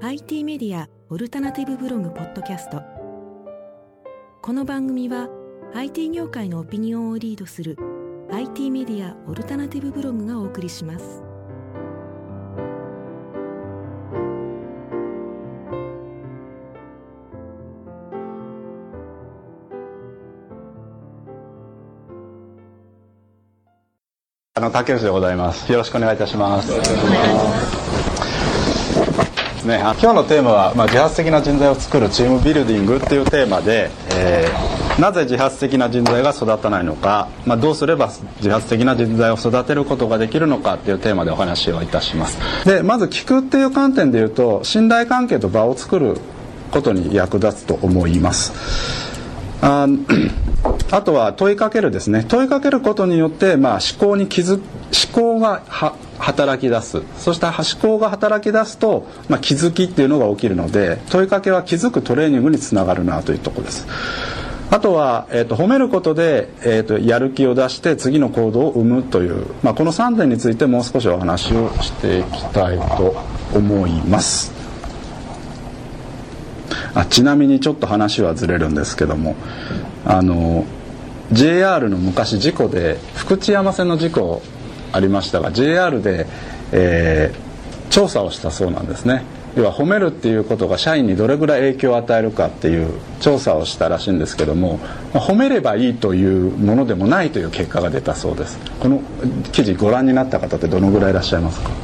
IT メディアオルタナティブブログポッドキャスト。この番組は IT 業界のオピニオンをリードする IT メディアオルタナティブブログがお送りします。 竹内でございます。よろしくお願いいたします。ね、今日のテーマは、自発的な人材を作るチームビルディングっていうテーマで、なぜ自発的な人材が育たないのか、どうすれば自発的な人材を育てることができるのかっていうテーマでお話をいたします。で、まず聞くっていう観点でいうと、信頼関係と場を作ることに役立つと思います。あとは問いかけるですね。問いかけることによって、思考が働き出す。そして思考が働き出すと、気づきっていうのが起きるので、問いかけは気づくトレーニングにつながるなというところです。あとは、褒めることで、やる気を出して次の行動を生むという、この3点についてもう少しお話をしていきたいと思います。ちなみにちょっと話はずれるんですけども、JR の昔事故で福知山線の事故ありましたが、 JR で、調査をしたそうなんですね。要は褒めるっていうことが社員にどれぐらい影響を与えるかっていう調査をしたらしいんですけども、褒めればいいというものでもないという結果が出たそうです。この記事ご覧になった方ってどのぐらいいらっしゃいますか？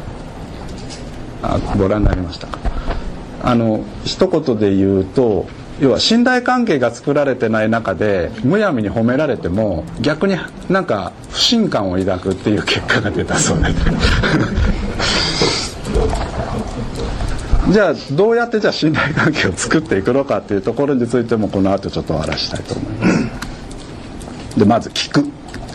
ご覧になりましたか？一言で言うと、要は信頼関係が作られてない中でむやみに褒められても逆になんか不信感を抱くっていう結果が出たそうですじゃあどうやって信頼関係を作っていくのかっていうところについてもこの後ちょっとお話ししたいと思います。で、まず聞く。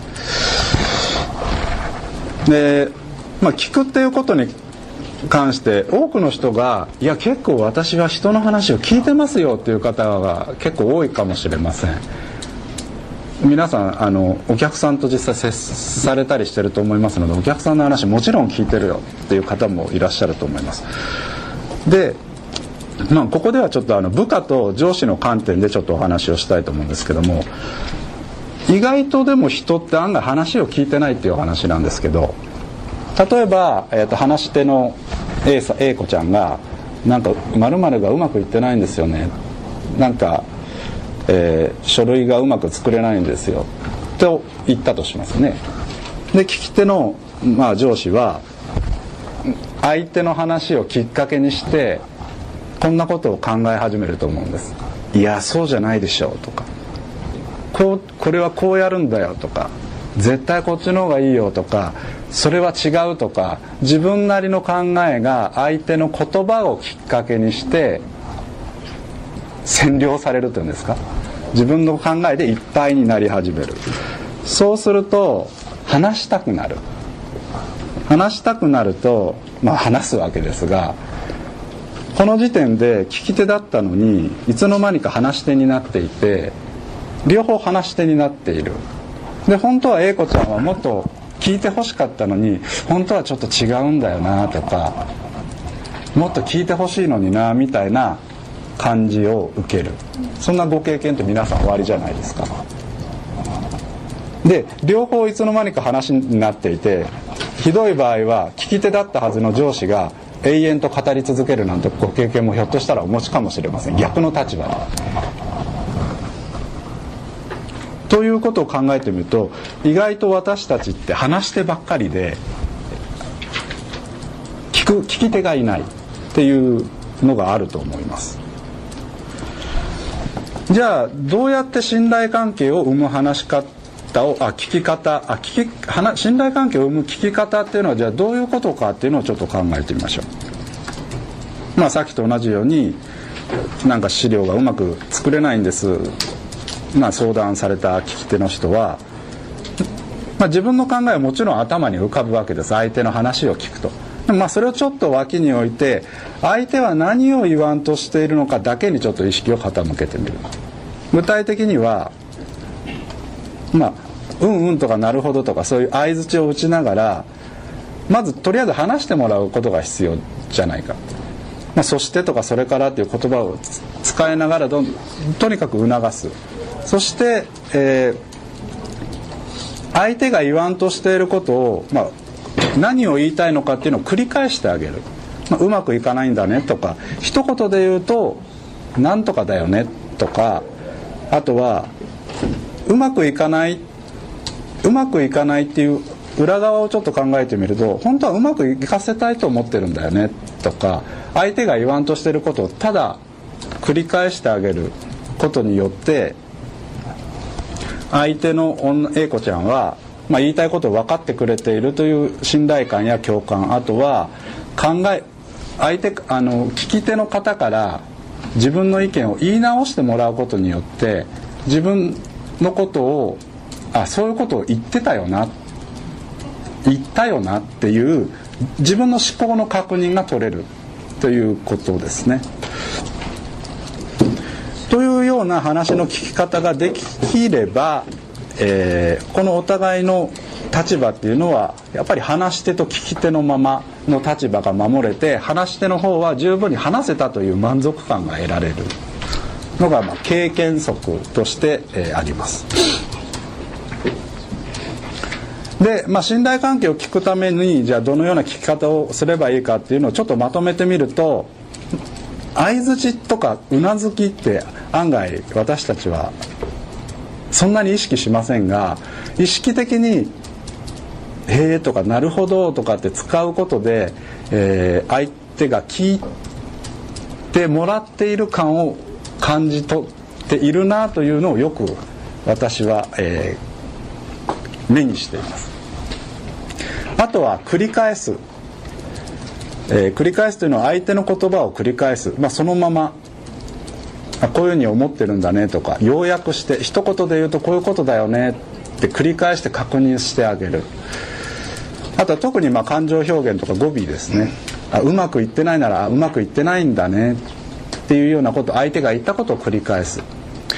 で、聞くっていうことに関して多くの人が、いや結構私は人の話を聞いてますよっていう方が結構多いかもしれません。皆さんお客さんと実際接されたりしてると思いますので、お客さんの話もちろん聞いてるよっていう方もいらっしゃると思います。で、ここではちょっと部下と上司の観点でちょっとお話をしたいと思うんですけども、意外とでも人って案外話を聞いてないっていうお話なんですけど、例えば、話し手の A 子ちゃんがなんか〇〇がうまくいってないんですよね、なんか、書類がうまく作れないんですよと言ったとしますね。で、聞き手の、上司は相手の話をきっかけにしてこんなことを考え始めると思うんです。いやそうじゃないでしょうとか、これはこうやるんだよとか、絶対こっちの方がいいよとか、それは違うとか、自分なりの考えが相手の言葉をきっかけにして占領されるというんですか、自分の考えでいっぱいになり始める。そうすると話したくなると、話すわけですが、この時点で聞き手だったのにいつの間にか話し手になっていて、両方話し手になっている。で、本当は A 子ちゃんはもっと聞いてほしかったのに本当はちょっと違うんだよなとか、もっと聞いてほしいのになみたいな感じを受ける。そんなご経験って皆さんおありじゃないですか。で、両方いつの間にか話になっていて、ひどい場合は聞き手だったはずの上司が永遠と語り続けるなんてご経験もひょっとしたらお持ちかもしれません。逆の立場で。ということを考えてみると、意外と私たちって話してばっかりで聞き手がいないっていうのがあると思います。じゃあどうやって信頼関係を生む話し方を信頼関係を生む聞き方っていうのはじゃあどういうことかっていうのをちょっと考えてみましょう。さっきと同じようになんか資料がうまく作れないんです、相談された聞き手の人は、自分の考えはもちろん頭に浮かぶわけです。相手の話を聞くと。それをちょっと脇に置いて、相手は何を言わんとしているのかだけにちょっと意識を傾けてみる。具体的にはうんうんとかなるほどとか、そういう相槌を打ちながら、まずとりあえず話してもらうことが必要じゃないか。 そしてとかそれからっていう言葉を使いながらとにかく促す。そして、相手が言わんとしていることを、何を言いたいのかっていうのを繰り返してあげる。うまくいかないんだねとか、一言で言うとなんとかだよねとか、あとはうまくいかないっていう裏側をちょっと考えてみると、本当はうまくいかせたいと思ってるんだよねとか、相手が言わんとしていることをただ繰り返してあげることによって、相手のA子ちゃんは、言いたいことを分かってくれているという信頼感や共感、あとは聞き手の方から自分の意見を言い直してもらうことによって、自分のことをそういうことを言ったよなっていう自分の思考の確認が取れるということですね。というような話の聞き方ができれば、このお互いの立場っていうのはやっぱり話し手と聞き手のままの立場が守れて、話し手の方は十分に話せたという満足感が得られるのが経験則として、あります。で、信頼関係を聞くためにじゃあどのような聞き方をすればいいかっていうのをちょっとまとめてみると、相槌とかうなずきって案外私たちはそんなに意識しませんが、意識的に「へえ」とか「なるほど」とかって使うことで、相手が聞いてもらっている感を感じ取っているなというのをよく私は、目にしています。あとは繰り返す、繰り返すというのは相手の言葉を繰り返す、そのままこういうふうに思ってるんだねとか、要約して一言で言うとこういうことだよねって繰り返して確認してあげる。あとは特に感情表現とか語尾ですね。うまくいってないならうまくいってないんだねっていうようなこと、相手が言ったことを繰り返す。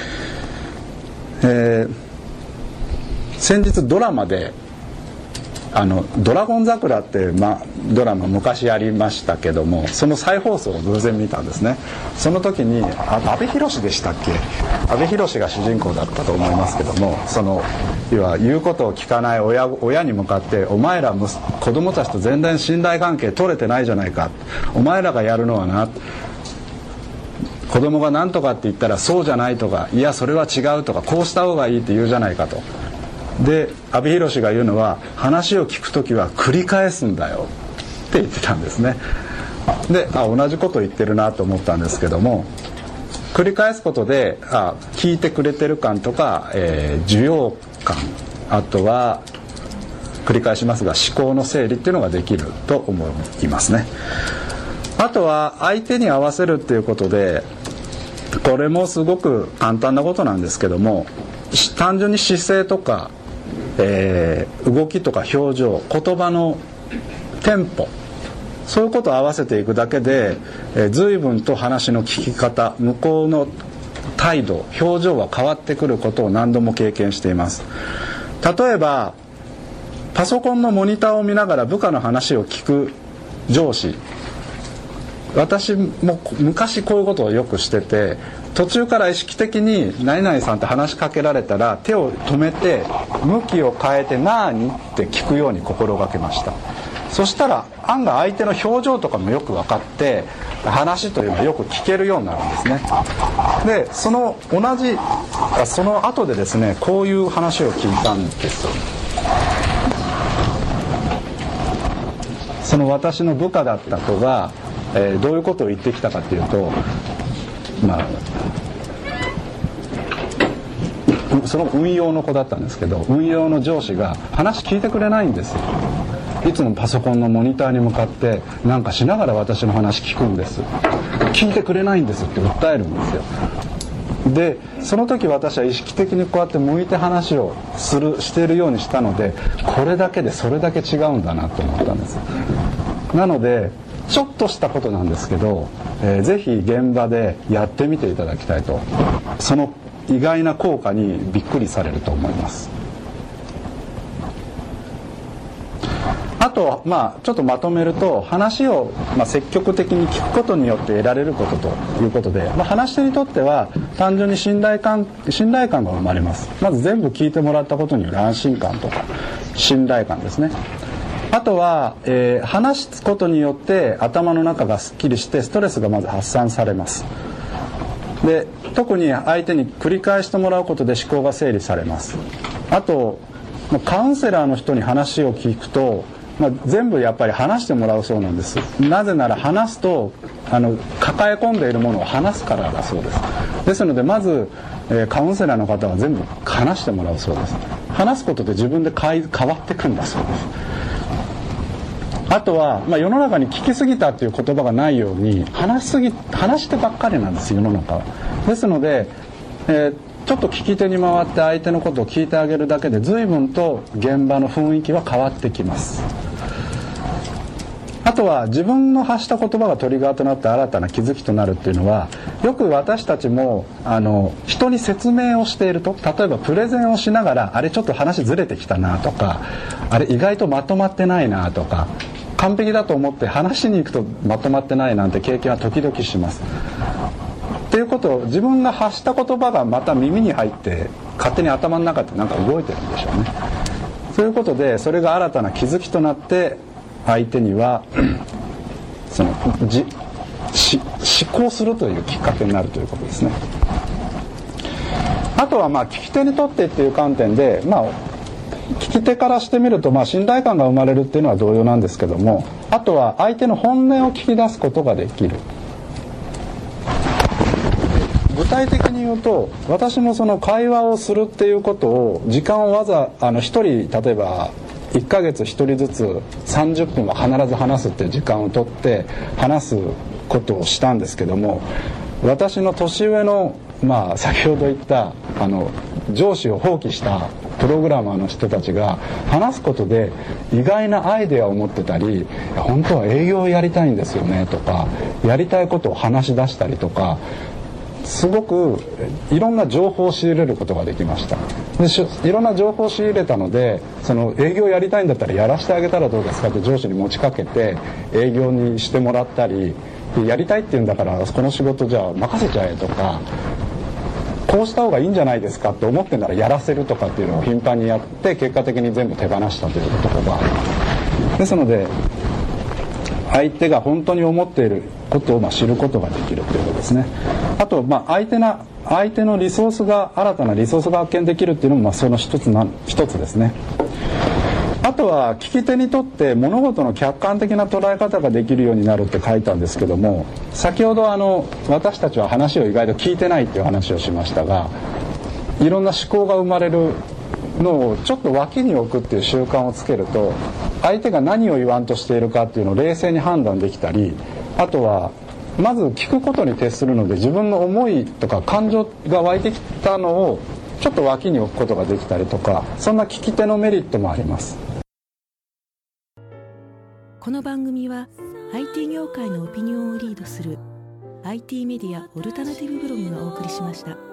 先日ドラマでドラゴン桜って、ドラマ昔やりましたけども、その再放送を偶然見たんですね。その時に阿部寛でしたっけ、阿部寛が主人公だったと思いますけども、要は言うことを聞かない親に向かって、お前ら子供たちと全然信頼関係取れてないじゃないか、お前らがやるのはな、子供が何とかって言ったらそうじゃないとか、いやそれは違うとか、こうした方がいいって言うじゃないかと。で阿部寛が言うのは、話を聞くときは繰り返すんだよって言ってたんですね。で同じこと言ってるなと思ったんですけども、繰り返すことで聞いてくれてる感とか、需要感、あとは繰り返しますが思考の整理っていうのができると思いますね。あとは相手に合わせるっていうことで、これもすごく簡単なことなんですけども、単純に姿勢とか動きとか表情、言葉のテンポ、そういうことを合わせていくだけで、随分と話の聞き方、向こうの態度、表情は変わってくることを何度も経験しています。例えばパソコンのモニターを見ながら部下の話を聞く上司、私も昔こういうことをよくしてて、途中から意識的に何々さんって話しかけられたら手を止めて向きを変えて何って聞くように心がけました。そしたら案外相手の表情とかもよく分かって、話というのはよく聞けるようになるんですね。でその後でですね、こういう話を聞いたんですよ。その私の部下だった子がどういうことを言ってきたかっていうと、その運用の子だったんですけど、運用の上司が話聞いてくれないんですよ。いつもパソコンのモニターに向かってなんかしながら私の話聞くんです、聞いてくれないんですって訴えるんですよ。でその時私は意識的にこうやって向いて話をしているようにしたので、これだけでそれだけ違うんだなと思ったんです。なのでちょっとしたことなんですけど、ぜひ現場でやってみていただきたいと、その意外な効果にびっくりされると思います。 あと、ちょっとまとめると、話を、積極的に聞くことによって得られることということで、話し手にとっては単純に信頼感が生まれます。まず全部聞いてもらったことによる安心感とか信頼感ですね。あとは、話すことによって頭の中がすっきりしてストレスがまず発散されます。で、特に相手に繰り返してもらうことで思考が整理されます。あとカウンセラーの人に話を聞くと、全部やっぱり話してもらうそうなんです。なぜなら話すと抱え込んでいるものを話すからだそうです。ですのでまず、カウンセラーの方は全部話してもらうそうです。話すことで自分で変わっていくんだそうです。あとは、世の中に聞きすぎたっていう言葉がないように話してばっかりなんです、世の中は。ですので、ちょっと聞き手に回って相手のことを聞いてあげるだけで随分と現場の雰囲気は変わってきます。あとは自分の発した言葉がトリガーとなって新たな気づきとなるっていうのは、よく私たちも人に説明をしていると、例えばプレゼンをしながら、あれちょっと話ずれてきたなとか、あれ意外とまとまってないなとか、完璧だと思って話しに行くとまとまってないなんて経験は時々します。ということを、自分が発した言葉がまた耳に入って勝手に頭の中でなんか動いてるんでしょうね。そういうことで、それが新たな気づきとなって相手には思考するというきっかけになるということですね。あとは聞き手にとってっていう観点で、聞き手からしてみると信頼感が生まれるっていうのは同様なんですけども、あとは相手の本音を聞き出すことができる。具体的に言うと、私もその会話をするっていうことを、時間を一人、例えば1ヶ月1人ずつ30分は必ず話すっていう時間を取って話すことをしたんですけども、私の年上の先ほど言った上司を放棄したプログラマーの人たちが話すことで意外なアイデアを持ってたり、本当は営業をやりたいんですよねとか、やりたいことを話し出したりとか、すごくいろんな情報を仕入れることができました。で、いろんな情報を仕入れたので、その営業やりたいんだったらやらせてあげたらどうですかって上司に持ちかけて営業にしてもらったり、やりたいって言うんだからこの仕事じゃあ任せちゃえとか、こうした方がいいんじゃないですかって思ってんならやらせるとかっていうのを頻繁にやって、結果的に全部手放したというところがあります。ですので、相手が本当に思っていることを知ることができるということですね。あと相手のリソースが、新たなリソースが発見できるっていうのもその一つですね。あとは聞き手にとって物事の客観的な捉え方ができるようになるって書いたんですけども、先ほど私たちは話を意外と聞いてないっていう話をしましたが、いろんな思考が生まれるのをちょっと脇に置くっていう習慣をつけると、相手が何を言わんとしているかっていうのを冷静に判断できたり、あとはまず聞くことに徹するので、自分の思いとか感情が湧いてきたのをちょっと脇に置くことができたりとか、そんな聞き手のメリットもあります。 この番組は IT 業界のオピニオンをリードする IT メディアオルタナティブブログがお送りしました。